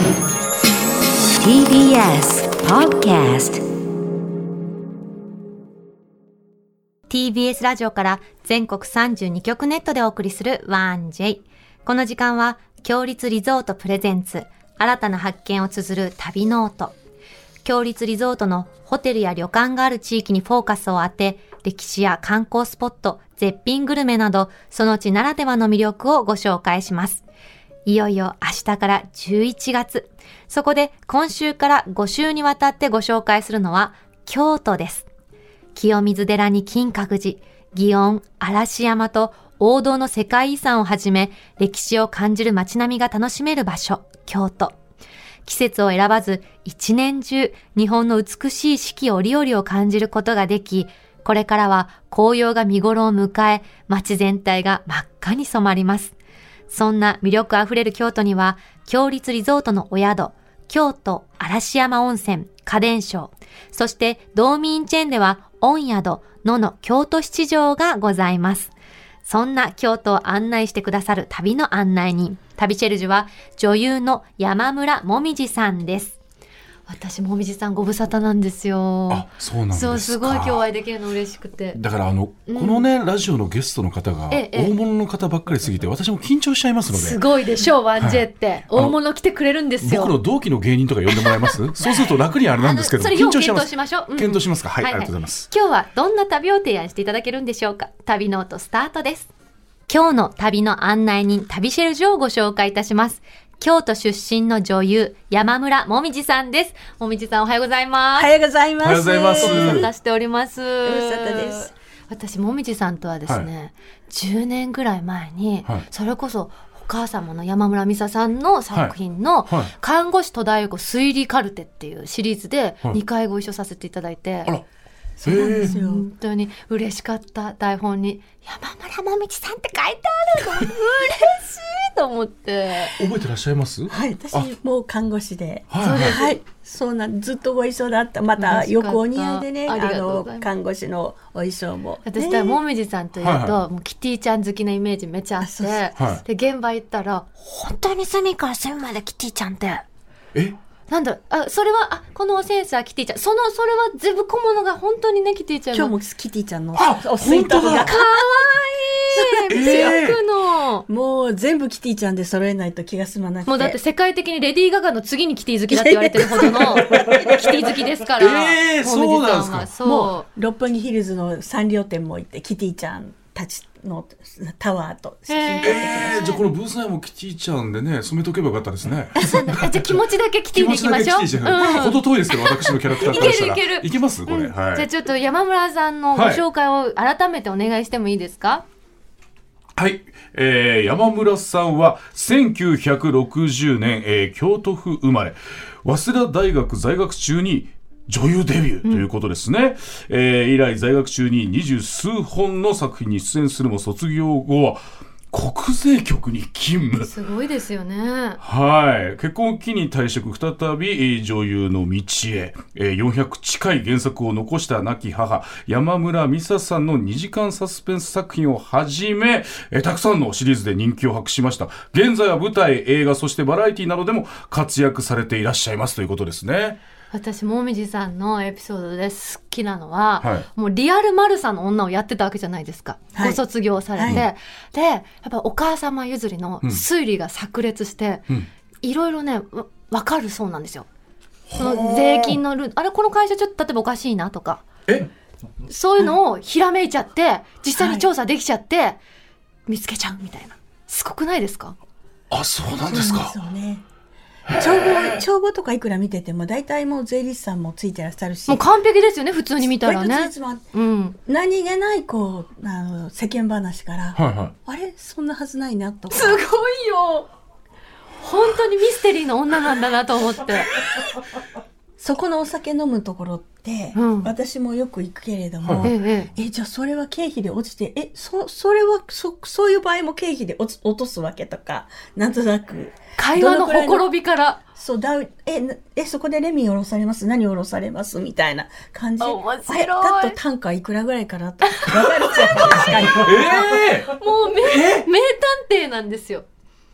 TBS Podcast TBS ラジオから全国32局ネットでお送りする 1J。 この時間は強立リゾートプレゼンツ新たな発見を綴る旅ノート。強立リゾートのホテルや旅館がある地域にフォーカスを当て、歴史や観光スポット、絶品グルメなどその地ならではの魅力をご紹介します。いよいよ明日から11月。そこで今週から5週にわたってご紹介するのは京都です。清水寺に金閣寺、祇園、嵐山と王道の世界遺産をはじめ、歴史を感じる街並みが楽しめる場所、京都。季節を選ばず、一年中、日本の美しい四季折々を感じることができ、これからは紅葉が見頃を迎え、街全体が真っ赤に染まります。そんな魅力あふれる京都には、強立リゾートのお宿、京都嵐山温泉、花伝承、そして道民チェーンでは、御宿、野の京都七条がございます。そんな京都を案内してくださる旅の案内人、旅シェルジュは女優の山村もみじさんです。私もみじさんご無沙汰なんですよ。 あ、そうなんですか。 そう、すごい今日お会いできるの嬉しくて。 だからこのねラジオのゲストの方が大物の方ばっかりすぎて、私も緊張しちゃいますので。 すごいでしょう 1J って、はい、大物来てくれるんですよ。 僕の同期の芸人とか呼んでもらえますそうすると楽にあれなんですけど、 それ要検討しましょう、 検討しますか、はい、 はいはい、 ありがとうございます。 今日はどんな旅を提案していただけるんでしょうか。旅ノートスタートです。今日の旅の案内人、旅シェルジュをご紹介いたします。京都出身の女優、山村もみじさんです。もみじさんおはようございます。 おはようございます。 おはようございます。 ご無沙汰しております。 ご無沙汰です。 私もみじさんとはですね、はい、10年ぐらい前に、はい、それこそお母様の山村美沙さんの作品の看護師戸田恵子推理カルテっていうシリーズで2回ご一緒させていただいて、はい、そうなんですよ。本当に嬉しかった。台本に山村もみじさんって書いてあるの嬉しいと思って覚えてらっしゃいます？ はい、私もう看護師で、 はい、 はい、そうなんずっとご一緒だった。またよくお似合いでね、看護師のお衣装も、 私はもみじさんというと、はいはい、もうキティちゃん好きなイメージめっちゃあって、はい、で現場行ったら本当に隅から隅までキティちゃんってなんだろう、それはこのセンスはキティちゃん、それは全部小物が本当にねキティちゃんの。 今日もキティちゃんのおスイートがかわいいピンクの、 もう全部キティちゃんで揃えないと気が済まなくて、 もうだって世界的にレディー・ガガの次にキティ好きだって言われてるほどのキティ好きですからそうなんですか。 そうもう六本木ヒルズのサンリオ店も行ってキティちゃんたちのタワーと写真撮ってきました。 じゃあこのブース内もキティちゃんでね染めとけばよかったですね。 じゃあ気持ちだけキティでいきましょう。 ほど遠いですけど私のキャラクターからしたらいけるいけますこれ、はい、 じゃあちょっと山村さんのご紹介を改めてお願いしてもいいですか？ はい、山村さんは1960年、京都府生まれ、早稲田大学在学中に女優デビューということですね、以来在学中に20数本の作品に出演するも、卒業後は国税局に勤務。 すごいですよね。 はい。結婚を機に退職、再び女優の道へ、400近い原作を残した亡き母山村美沙さんの2時間サスペンス作品をはじめ、たくさんのシリーズで人気を博しました。現在は舞台、映画、そしてバラエティなどでも活躍されていらっしゃいますということですね。 私もみじさんのエピソードで好きなのは、 はい、 もうリアルマルサの女をやってたわけじゃないですか、はい、ご卒業されて、はい、でやっぱお母様譲りの推理が炸裂して、いろいろね分かるそうなんですよ。その税金のルール、あれこの会社ちょっと例えばおかしいなとか、そういうのをひらめいちゃって、はい、実際に調査できちゃって、はい、見つけちゃうみたいな。すごくないですか？ あ、そうなんですか。 そうですよね。帳簿とかいくら見てても大体もう税理士さんもついてらっしゃるし、 もう完璧ですよね普通に見たらね。 何気ないこう世間話から、 はいはい、 あれそんなはずないなとか。 すごいよ、本当にミステリーの女なんだなと思ってそこのお酒飲むところって、私もよく行くけれども、じゃあそれは経費で落ちて、それはそういう場合も経費で落とすわけとか、なんとなく会話のほころびからそうだ、そこでレミ下ろされます、何下ろされますみたいな感じ。 面白い。 だと単価いくらぐらいかなと分かるじゃないですか。 もう名探偵なんですよ。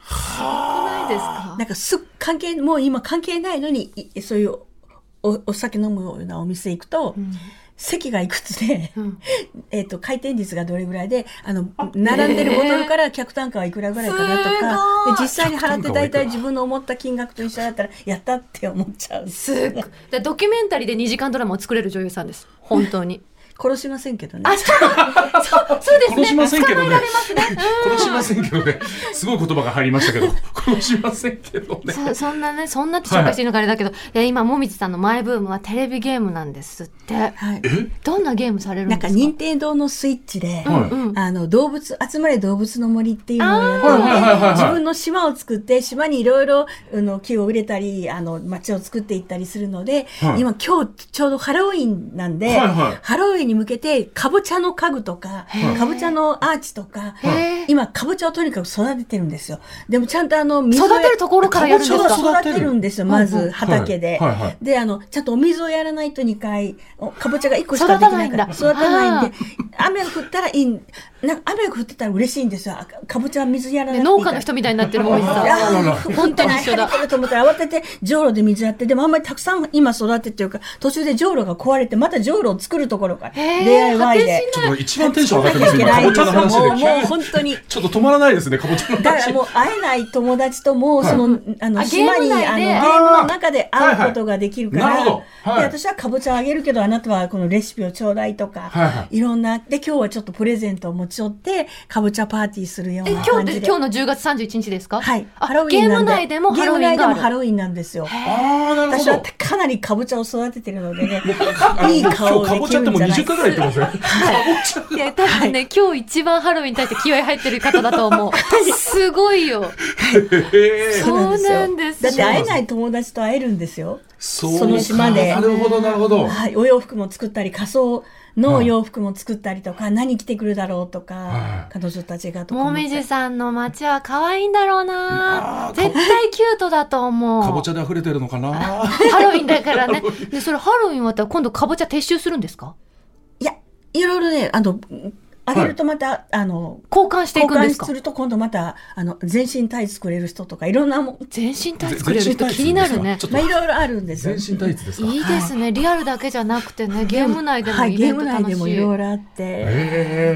ないですか？ なんかもう今関係ないのに、そういうお酒飲むようなお店行くと、席がいくつで、回転率がどれぐらいで、並んでるボトルから客単価はいくらぐらいかなとか、で実際に払って大体自分の思った金額と一緒だったら、やったって思っちゃう。 ドキュメンタリーで2時間ドラマを作れる女優さんです。本当に。 殺しませんけどね。 そうですね。 殺しませんけどね。 捕まえられますね。 殺しませんけどね。すごい言葉が入りましたけど、殺しませんけどね。 そんなって紹介していいのかあれだけど、今もみじさんのマイブームはテレビゲームなんですって。 はい。 どんなゲームされるんですか？ なんか任天堂のスイッチで、集まれ動物の森っていうのをやっていて、自分の島を作って、島にいろいろ木を植えたり、町を作っていったりするので、今ちょうどハロウィンなんで、ハロウィンに向けてかぼちゃの家具とかかぼちゃのアーチとか、今かぼちゃをとにかく育ててるんですよ。でもちゃんと水育てるところからやるんですか？ 育てるんですよ、まず畑で。でちゃんとお水をやらないと2回かぼちゃが1個しかできないから育たないんで、雨が降ったら雨が降ってたら嬉しいんですよ。かぼちゃ水やらないといいから。 農家の人みたいになってるもみじさん。本当に一緒だ。 と思ったら慌ててじょうろで水やって、でもあんまりたくさん今育ててるから途中でじょうろが壊れて、またじょうろを作るところから DIY で。 ちょっと一番テンション上がってますね、かぼちゃの話で。 もう本当にちょっと止まらないですね、かぼちゃの話。 だからもう会えない友達とも島にゲームの中で会うことができるから、で私はかぼちゃあげるけどあなたはこのレシピをちょうだいとか、いろんなで今日はちょっとプレゼントを持ち寄ってかぼちゃパーティーするような感じで。 今日の10月31日ですか？ はい。 ゲーム内でもハロウィンがある。 ハロウィンなんですよ。私はかなりかぼちゃを育ててるのでね、 いい顔できるんじゃないですか。かぼちゃってもう20回ぐらい言ってますね。 いや多分ね、今日一番ハロウィンに対して気合い入ってる方だと思う。すごいよ。そうなんです。 だって会えない友達と会えるんですよ。 その島で。 なるほどなるほど。 はい、お洋服も作ったり、仮装の洋服も作ったりとか、何着てくるだろうとか、彼女たちがとか。 もみじさんの街は可愛いんだろうな。絶対キュートだと思う。 かぼちゃで溢れてるのかな。 ハロウィンだからね。でそれハロウィン終わったら今度かぼちゃ撤収するんですか？ いや、いろいろね、あげるとまた、 交換していくんですか？ 交換すると今度また、全身タイツくれる人とか、いろんなもん。 全身タイツくれる人気になるね。 まあ、いろいろあるんですよ。 全身タイツですか？ いいですね。リアルだけじゃなくてね、ゲーム内でもイベント楽しい。 ゲーム内でもいろいろあって、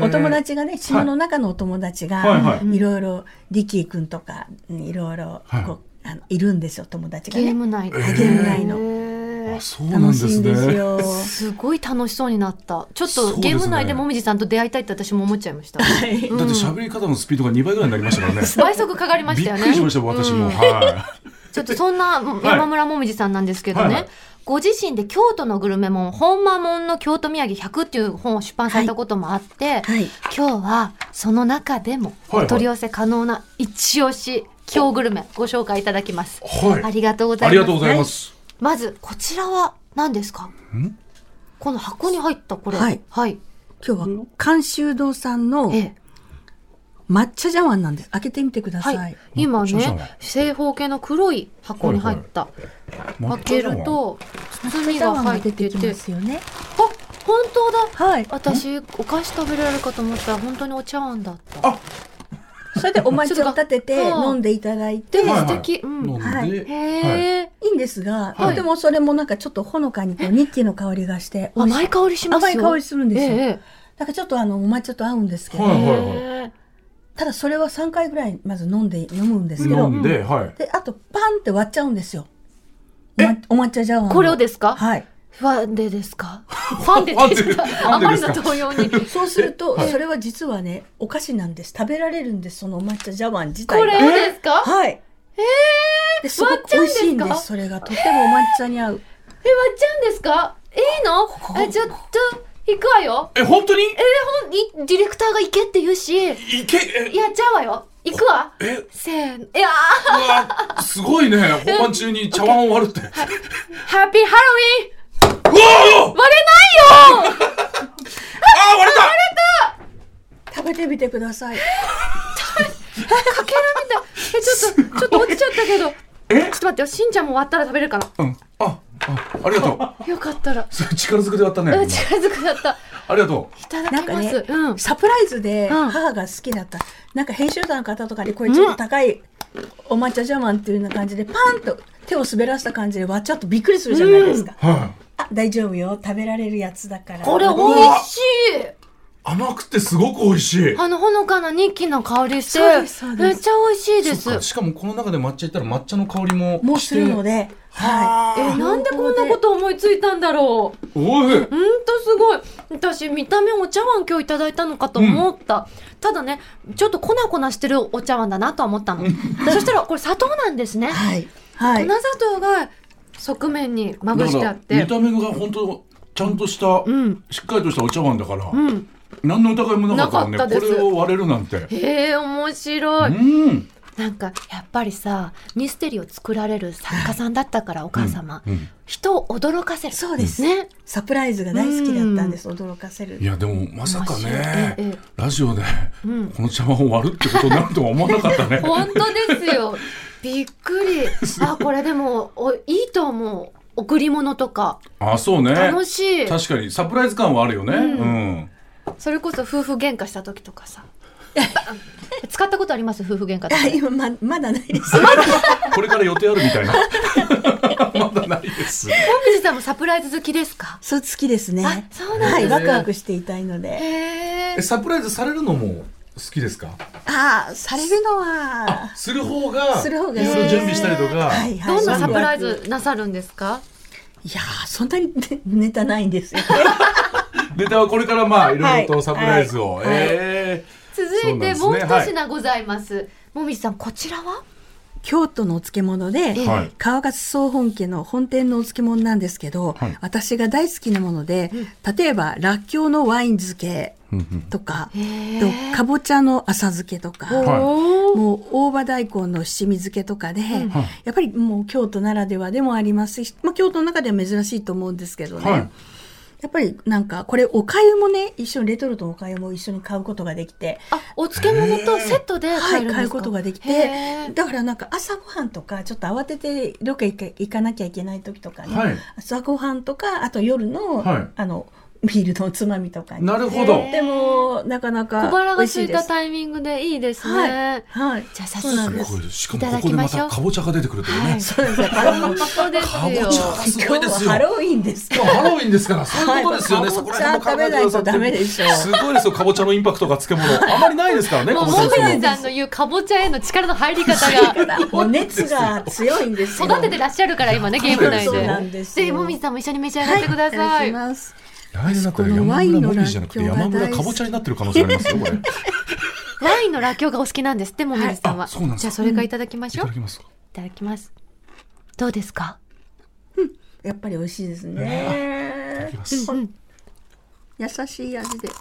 お友達がね、島の中のお友達が、いろいろ、リキーくんとか、いろいろ、いるんですよ、友達がね。 ゲーム内で。 ゲーム内の。 そうなんですね。 すごい楽しそうになった。ちょっとゲーム内でもみじさんと出会いたいって私も思っちゃいました。だって喋り方のスピードが2倍ぐらいになりましたからね。 倍速かかりましたよね。 びっくりしました私も。 ちょっとそんな山村もみじさんなんですけどね。ご自身で京都のグルメ本、本間門の京都土産100っていう本を出版されたこともあって、今日はその中でもお取り寄せ可能な一押し京グルメご紹介いただきます。ありがとうございます。 ありがとうございます。 まずこちらは何ですか？この箱に入ったこれ。はい。今日は監修堂さんの抹茶茶碗なんです。開けてみてください。 今ね、正方形の黒い箱に入った。開けると包みが入ってて。 ますよね。 あ、本当だ。 はい。 私お菓子食べられるかと思ったら本当にお茶碗だった。 あ、それでお抹茶を立てて飲んでいただいて、 素敵。 いいんですが、とてもそれもなんかちょっとほのかにニッティの香りがして甘い香りしますよ。 甘い香りするんですよ。だからちょっとお抹茶と合うんですけど、ただそれは3回ぐらいまず飲むんですけど、であとパンって割っちゃうんですよ。お抹茶茶碗。 これをですか？ はい。 ファンデですか？ファンデですか？あまりの同様に。 そうすると、それは実はね、お菓子なんです。食べられるんです、そのお抹茶茶碗自体が。 これをですか？ はい。すごく美味しいんです。それがとてもお抹茶に合う。 割っちゃうんですか？いいの？ちょっと行くわよ。 本当に？ ディレクターが行けって言うし。やっちゃうわよ。行くわ。せーの。いやー。すごいね。本番中に茶碗を割るって。 ハッピーハロウィン。 割れないよ。 割れた。食べてみてください。 かけらみたい。ちょっと落ちちゃったけど。ちょっと待ってよ。しんちゃんも割ったら食べれるかな。 ありがとう。よかったら。 力ずくで割ったね。 力ずくだった。 ありがとう。いただきます。 サプライズで母が好きだった。なんか編集者の方とかにこれちょっと高いお抹茶茶碗っていうような感じでパンと手を滑らせた感じで割っちゃうとびっくりするじゃないですか、あ、大丈夫よ、食べられるやつだから。 これ美味しい。 甘くてすごく美味しい。 ほのかなニッキの香りしてめっちゃ美味しいです。 しかもこの中で抹茶いったら抹茶の香りもするので、 なんでこんなこと思いついたんだろう。 おい、 すごい。私見た目お茶碗今日いただいたのかと思った、ただねちょっと粉々してるお茶碗だなとは思ったのそしたらこれ砂糖なんですね。粉砂糖が側面にまぶしてあって、 見た目が本当ちゃんとした、しっかりとしたお茶碗だから、何の疑いもなかったからね。これを割れるなんて。 面白い。なんかやっぱりさミステリーを作られる作家さんだったから、お母様、人を驚かせる。 そうですね。サプライズが大好きだったんです。驚かせる。 いやでもまさかね、ラジオでこの茶碗を割るってことになるとは思わなかったね。 本当ですよ。びっくり。これでもいいと思う。贈り物とか。 そうね。 楽しい。 確かにサプライズ感はあるよね。 それこそ夫婦喧嘩した時とかさ。使ったことあります？夫婦喧嘩とか。 今まだないです。 これから予定あるみたいな。まだないです。 もみじさんもサプライズ好きですか？ そう、好きですね。 そうなんですね。 ワクワクしていたいので。 サプライズされるのも好きですか？ されるのはする方がいろいろ準備したりとか。 どんなサプライズなさるんですか？ いやそんなにネタないんですよね。 ネタはこれからいろいろとサプライズを。 続いてもう一品ございます。もみじさん、こちらは京都のお漬物で、川勝総本家の本店のお漬物なんですけど、私が大好きなもので、例えばらっきょうのワイン漬けとか、かぼちゃの浅漬けとか、もう大葉大根の七味漬けとかで、やっぱりもう京都ならではでもありますし、京都の中では珍しいと思うんですけどね、やっぱりなんかこれお粥もね、一緒にレトルトのお粥も一緒に買うことができて、 お漬物とセットで買えるんですか？ 買うことができて、だからなんか朝ごはんとかちょっと慌ててロケ行かなきゃいけない時とかね、朝ごはんとかあと夜の、ビールのおつまみとかに。 なるほど。 でもなかなか小腹が空いたタイミングでいいですね。じゃあ早速しかもここでまたかぼちゃが出てくるというね。 そうですよ。 本当ですよ。 かぼちゃがすごいですよ。 ハロウィンですから。 ハロウィンですからそういうことですよね。そこら辺も考えてくださって。 ダメでしょ。 すごいですよ。かぼちゃのインパクトが漬物あまりないですからね。 もみじさんの言うかぼちゃへの力の入り方がもう熱が強いんですよ。 育ててらっしゃるから今ねゲーム内で。 そうなんです。 ぜひもみじさんも一緒に召し上がってください。 来年だったら山村もみじじゃなくて山村かぼちゃになってる可能性ありますよこれ。 ワインのらっきょうがお好きなんですってもみじさんは。じゃあそれからいただきましょう。 いただきます。 いただきます。どうですか？ やっぱり美味しいですね。 いただきます。 優しい味で。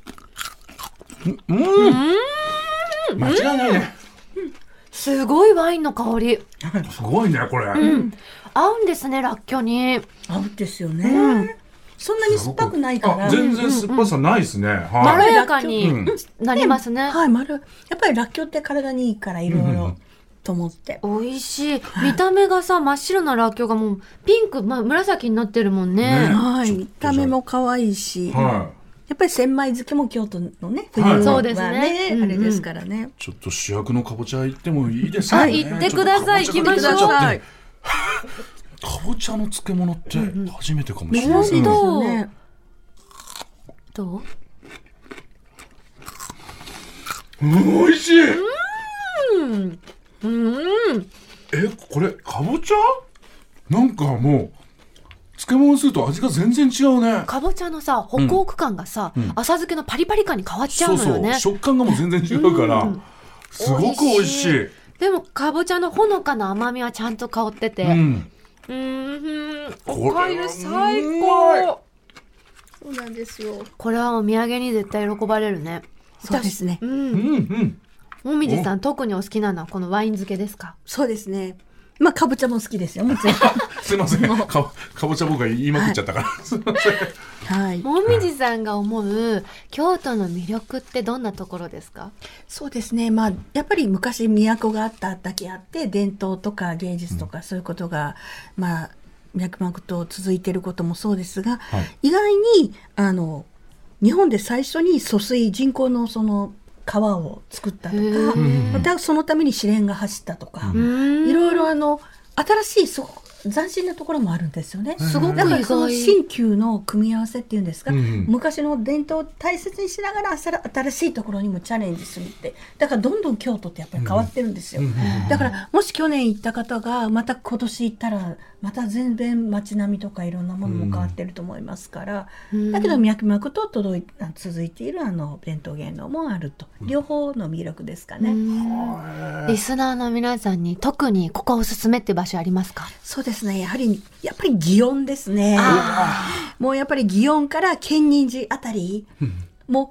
間違いないね。 すごいワインの香り。 すごいねこれ。 合うんですねらっきょうに。 合うんですよね。そんなに酸っぱくないから。 全然酸っぱさないですね。 まろやかになりますね。 やっぱりらっきょうって体にいいからいろいろと思って。 美味しい。見た目がさ真っ白ならっきょうがもうピンク紫になってるもんね。 見た目も可愛いし。やっぱり千枚漬けも京都のね冬そうですね。 あれですからね。 ちょっと主役のかぼちゃ行ってもいいですかね。 行ってください。行きましょう。 かぼちゃの漬物って初めてかもしれない。 珍しいですよね。 どう？ 美味しい。これかぼちゃ？なんかもう漬物にすると味が全然違うね。 かぼちゃのさホクホク感がさ、浅漬けのパリパリ感に変わっちゃうのよね。 食感がもう全然違うから、すごく美味しい。 でもかぼちゃのほのかな甘みはちゃんと香ってて、おかゆ最高。 そうなんですよ。 これはお土産に絶対喜ばれるね。 そうですね。 もみじさん特にお好きなのはこのワイン漬けですか？ そうですね。かぼちゃも好きですよ。もちろん。 すいません。かぼちゃ僕が言いまくっちゃったから。すいません。 もみじさんが思う京都の魅力ってどんなところですか？ そうですね。やっぱり昔都があっただけあって伝統とか芸術とかそういうことが脈々と続いていることもそうですが、意外に日本で最初に人工のその川を作ったとか、またそのために試練が走ったとか、いろいろ新しい斬新なところもあるんですよね。 すごくだからその意外。 新旧の組み合わせっていうんですか、昔の伝統を大切にしながら新しいところにもチャレンジするって、だからどんどん京都ってやっぱり変わってるんですよ。だからもし去年行った方がまた今年行ったらまた全然街並みとかいろんなものも変わってると思いますから、だけど脈々と続いている伝統芸能もあると、両方の魅力ですかね。 リスナーの皆さんに特にここおすすめって場所ありますか？ そうですね、やっぱり祇園ですね。もうやっぱり祇園から建仁寺あたり、も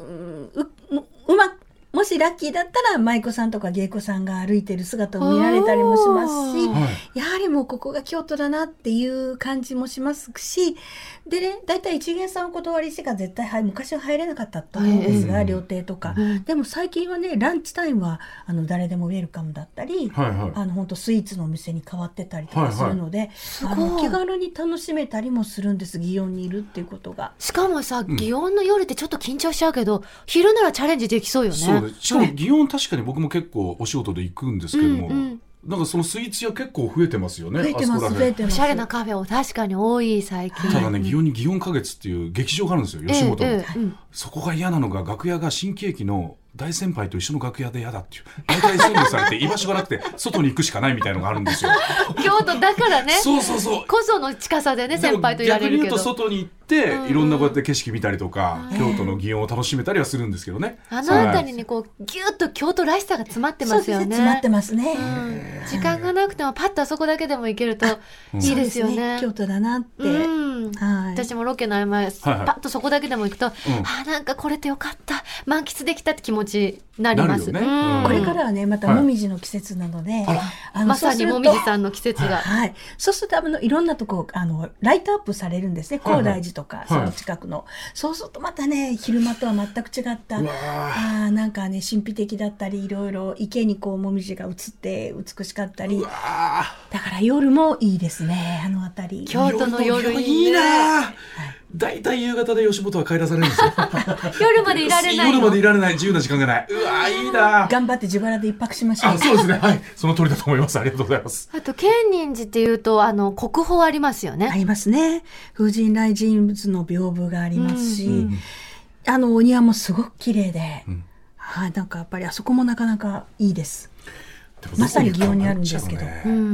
もしラッキーだったら舞妓さんとか芸妓さんが歩いてる姿を見られたりもしますし、やはりもうここが京都だなっていう感じもしますし、でね、だいたい一元さんお断りしてから絶対昔は入れなかったと思うんですが、料亭とか、でも最近はね、ランチタイムは誰でもウェルカムだったり、本当スイーツのお店に変わってたりとかするので、気軽に楽しめたりもするんです、祇園にいるっていうことが。しかもさ、祇園の夜ってちょっと緊張しちゃうけど、昼ならチャレンジできそうよね。 そうです。しかも祇園確かに僕も結構お仕事で行くんですけども、なんかそのスイーツ屋結構増えてますよね。 増えてます。 おしゃれなカフェを確かに多い最近。 ただね、祇園に祇園花月っていう劇場があるんですよ、吉本の。そこが嫌なのが、楽屋が新喜劇の大先輩と一緒の楽屋で嫌だっていう、大体宣言されて居場所がなくて外に行くしかないみたいなのがあるんですよ。 京都だからね。 そうこその近さでね、先輩と言われるけど。 逆に言うと外に行っていろんなこうやって景色見たりとか、京都の祇園を楽しめたりはするんですけどね。 あの辺りにこうギュッと京都らしさが詰まってますよね。 詰まってますね。 時間がなくてもパッとあそこだけでも行けるといいですよね。 京都だなって。 私もロケの合間パッとそこだけでも行くと、なんかこれてよかった、満喫できたって気持ちになります。 これからはね、またもみじの季節なので、 まさにもみじさんの季節が。 そうするといろんなとこライトアップされるんですね。高大寺とかその近くの。そうするとまたね、昼間とは全く違ったなんかね、神秘的だったり、いろいろ池にこうもみじが映って美しかったり、だから夜もいいですね、あの辺り。 京都の夜いいな。だいたい夕方で吉本は帰らされるんですよ。 夜までいられない。 夜までいられない、自由な時間がない。いいな。 頑張って自腹で一泊しましょう。 そうですね、はい、その通りだと思います。ありがとうございます。 あと建仁寺っていうと国宝ありますよね。 ありますね。風神雷神仏の屏風がありますし、お庭もすごく綺麗で、なんかやっぱりあそこもなかなかいいです。まさに祇園にあるんですけど、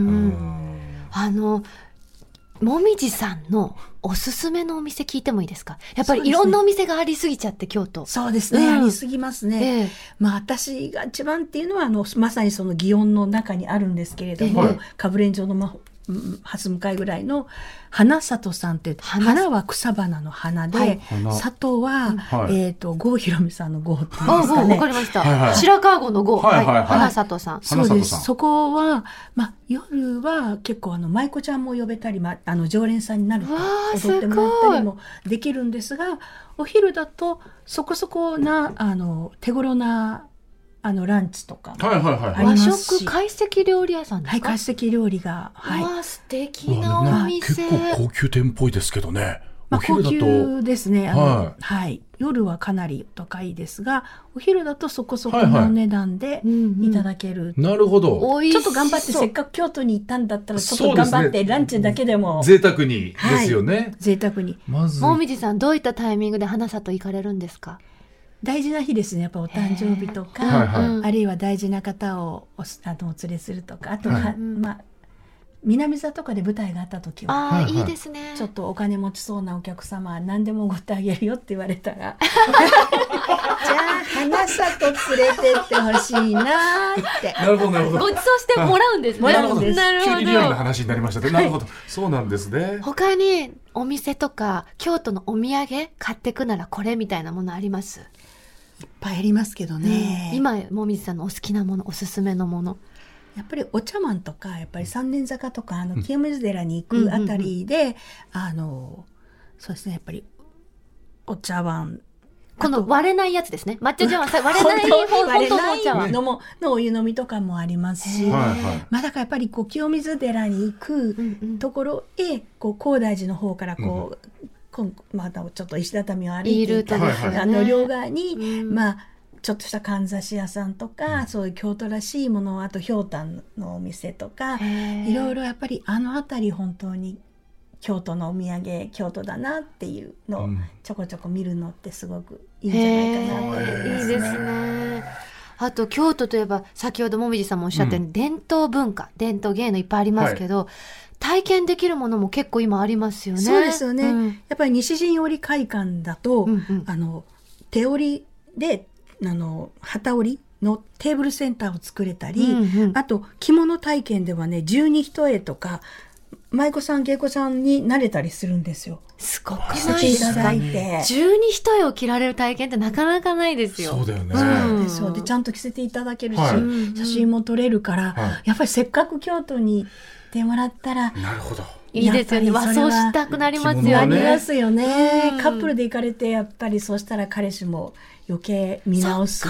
もみじさんのおすすめのお店聞いてもいいですか？やっぱりいろんなお店がありすぎちゃって、京都。 そうですね、ありすぎますね。私が一番っていうのはまさにその祇園の中にあるんですけれども、歌舞練場の初向かいぐらいの花里さんって、花は草花の花で、里は郷ひろみさんの郷っていうんですかね。 わかりました。白川郷の郷、花里さん。 そうです。そこは夜は結構舞妓ちゃんも呼べたり、常連さんになると踊ってもらったりもできるんですが、お昼だとそこそこな手頃なランチとかもありますし、 和食懐石料理屋さんですか？ 懐石料理が、 素敵なお店。 結構高級店っぽいですけどね。お昼だと高級ですね。夜はかなり高いですが、お昼だとそこそこのお値段でいただける。 なるほど。 ちょっと頑張って、せっかく京都に行ったんだったらちょっと頑張ってランチだけでも贅沢にですよね。 贅沢に。 もみじさん、どういったタイミングで花里行かれるんですか？ 大事な日ですね。やっぱお誕生日とか、あるいは大事な方をお連れするとか、あと南座とかで舞台があった時は、 いいですね。 ちょっとお金持ちそうなお客様は何でもおごってあげるよって言われたら、じゃあ花里連れてってほしいなって。 なるほどなるほど。 ご馳走してもらうんですね。 もらうんです。 急にリアルな話になりましたね。なるほど。そうなんですね。 他にお店とか京都のお土産買ってくならこれみたいなものあります？ いっぱいありますけどね。 今もみじさんのお好きなもの、おすすめのもの。 やっぱりお茶碗とか、やっぱり三年坂とか清水寺に行くあたりで、そうですね、やっぱりお茶碗、 この割れないやつですね。抹茶茶碗、割れない本当のお茶碗のお湯飲みとかもありますし、だからやっぱり清水寺に行くところへ高大寺の方からまたちょっと石畳を歩いていた両側にちょっとしたかんざし屋さんとか、そういう京都らしいもの、あとひょうたんのお店とか、いろいろやっぱりあの辺り本当に京都のお土産、京都だなっていうのをちょこちょこ見るのってすごくいいんじゃないかなと思いますね。 いいですね。あと京都といえば先ほどもみじさんもおっしゃったように、伝統文化、伝統芸能いっぱいありますけど、体験できるものも結構今ありますよね。 そうですよね、やっぱり西陣織会館だと、手織りで機織りのテーブルセンターを作れたり、あと着物体験ではね、十二一重とか舞妓さん芸妓さんになれたりするんですよ。 すごくないですか。十二一重を着られる体験ってなかなかないですよ。 そうだよね。 そうでちゃんと着せていただけるし、写真も撮れるから、やっぱりせっかく京都に行ってもらったら、 なるほど、 いいですよね。和装したくなりますよね。 ありますよね。カップルで行かれて、やっぱりそうしたら彼氏も余計見直す。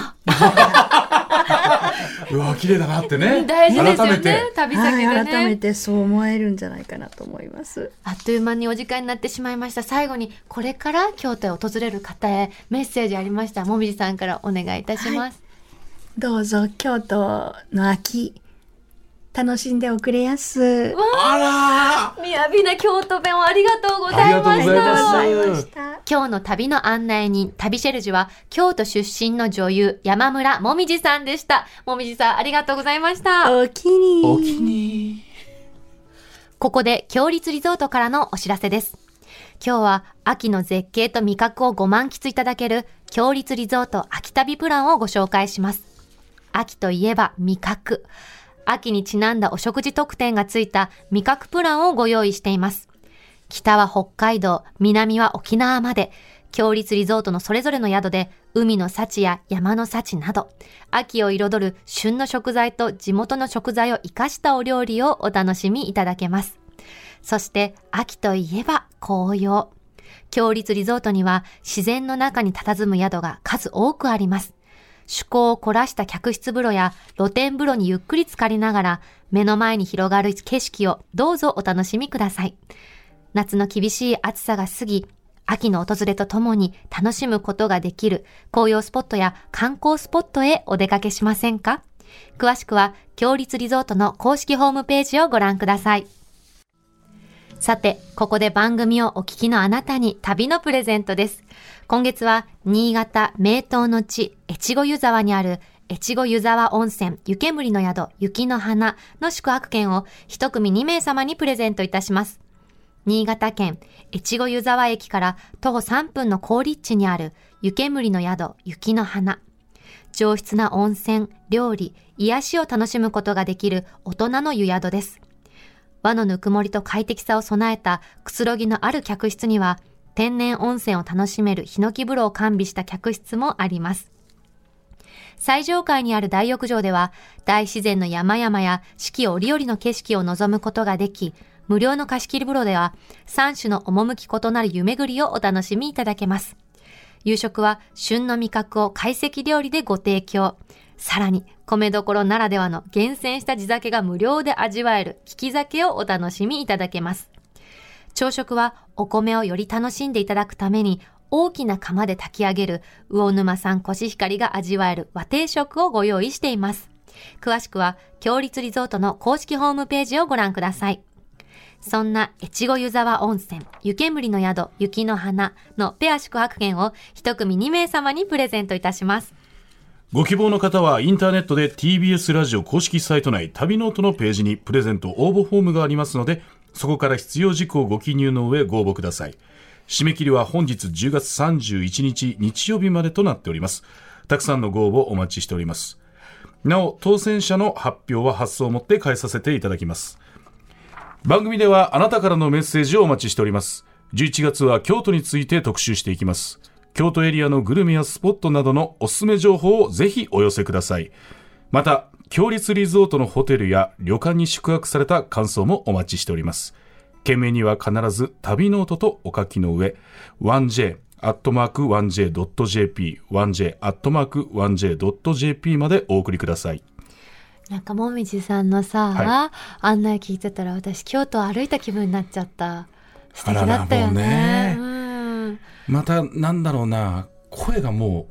うわ綺麗だなってね。 大事ですよね。旅先でね。 改めてそう思えるんじゃないかなと思います。 あっという間にお時間になってしまいました。最後にこれから京都へ訪れる方へメッセージありましたら、もみじさんからお願いいたします。 どうぞ京都の秋楽しんでおくれやす。 あら雅な京都弁をありがとうございました。今日の旅の案内人、旅シェルジュは京都出身の女優山村もみじさんでした。もみじさんありがとうございました。 おきに。 おきに。 ここで強立リゾートからのお知らせです。今日は秋の絶景と味覚をご満喫いただける強立リゾート秋旅プランをご紹介します。秋といえば味覚。秋にちなんだお食事特典がついた味覚プランをご用意しています。北は北海道、南は沖縄まで、強立リゾートのそれぞれの宿で海の幸や山の幸など、秋を彩る旬の食材と地元の食材を生かしたお料理をお楽しみいただけます。そして秋といえば紅葉。強立リゾートには自然の中に佇む宿が数多くあります。趣向を凝らした客室風呂や露天風呂にゆっくり浸かりながら、目の前に広がる景色をどうぞお楽しみください。夏の厳しい暑さが過ぎ、秋の訪れとともに楽しむことができる紅葉スポットや観光スポットへお出かけしませんか？詳しくは強立リゾートの公式ホームページをご覧ください。さて、ここで番組をお聞きのあなたに旅のプレゼントです。今月は新潟名湯の地越後湯沢にある越後湯沢温泉湯煙の宿雪の花の宿泊券を一組2名様にプレゼントいたします。新潟県越後湯沢駅から徒歩3分の好立地にある湯煙の宿雪の花。上質な温泉、料理、癒しを楽しむことができる大人の湯宿です。和のぬくもりと快適さを備えたくつろぎのある客室には、天然温泉を楽しめるヒノキ風呂を完備した客室もあります。最上階にある大浴場では、大自然の山々や四季折々の景色を望むことができ、無料の貸し切り風呂では、3種の趣異なる湯巡りをお楽しみいただけます。夕食は旬の味覚を懐石料理でご提供。さらに、米どころならではの厳選した地酒が無料で味わえる利き酒をお楽しみいただけます。朝食はお米をより楽しんでいただくために、大きな釜で炊き上げる魚沼産コシヒカリが味わえる和定食をご用意しています。詳しくは、強立リゾートの公式ホームページをご覧ください。そんな越後湯沢温泉湯煙の宿雪の花のペア宿泊券を一組2名様にプレゼントいたします。 ご希望の方はインターネットで TBS ラジオ公式サイト内旅ノートのページにプレゼント応募フォームがありますので、そこから必要事項をご記入の上ご応募ください。締め切りは本日10月31日日曜日までとなっております。たくさんのご応募お待ちしております。なお、当選者の発表は発送をもって返させていただきます。番組ではあなたからのメッセージをお待ちしております。11月は京都について特集していきます。京都エリアのグルメやスポットなどのおすすめ情報をぜひお寄せください。また、強立リゾートのホテルや旅館に宿泊された感想もお待ちしております。件名には必ず旅ノートとお書きの上、1j@1j.jp、1j@1j.jp までお送りください。 なんかもみじさんのさ、案内聞いてたら私京都を歩いた気分になっちゃった。素敵だったよね。 またなんだろうな、声がもう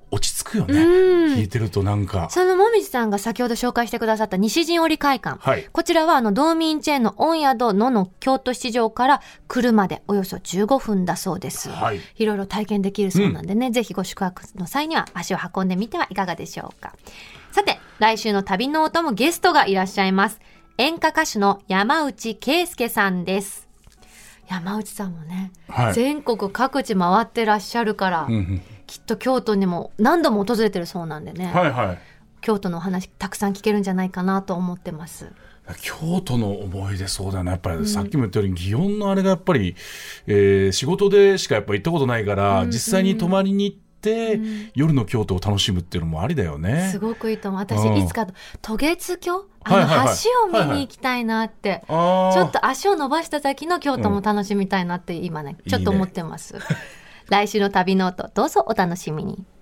落ち着くよね。聞いてるとなんか。 そのもみじさんが先ほど紹介してくださった西陣織会館。 はい、 こちらは道民チェーンの御宿の京都七条から車でおよそ15分だそうです。 はい、 いろいろ体験できるそうなんでね、ぜひご宿泊の際には足を運んでみてはいかがでしょうか。さて、来週の旅のお供ゲストがいらっしゃいます。演歌歌手の山内圭介さんです。山内さんもね、はい、全国各地回ってらっしゃるから、きっと京都にも何度も訪れてるそうなんでね、 はいはい、 京都のお話たくさん聞けるんじゃないかなと思ってます。 京都の思い出、そうだね、やっぱりさっきも言ったように祇園のあれがやっぱり、仕事でしかやっぱ行ったことないから、実際に泊まりに行って夜の京都を楽しむっていうのもありだよね。 すごくいいと思う。私いつか渡月橋、橋を見に行きたいなって、ちょっと足を伸ばした先の京都も楽しみたいなって今ね、ちょっと思ってます。いいね。来週の旅ノート、どうぞお楽しみに。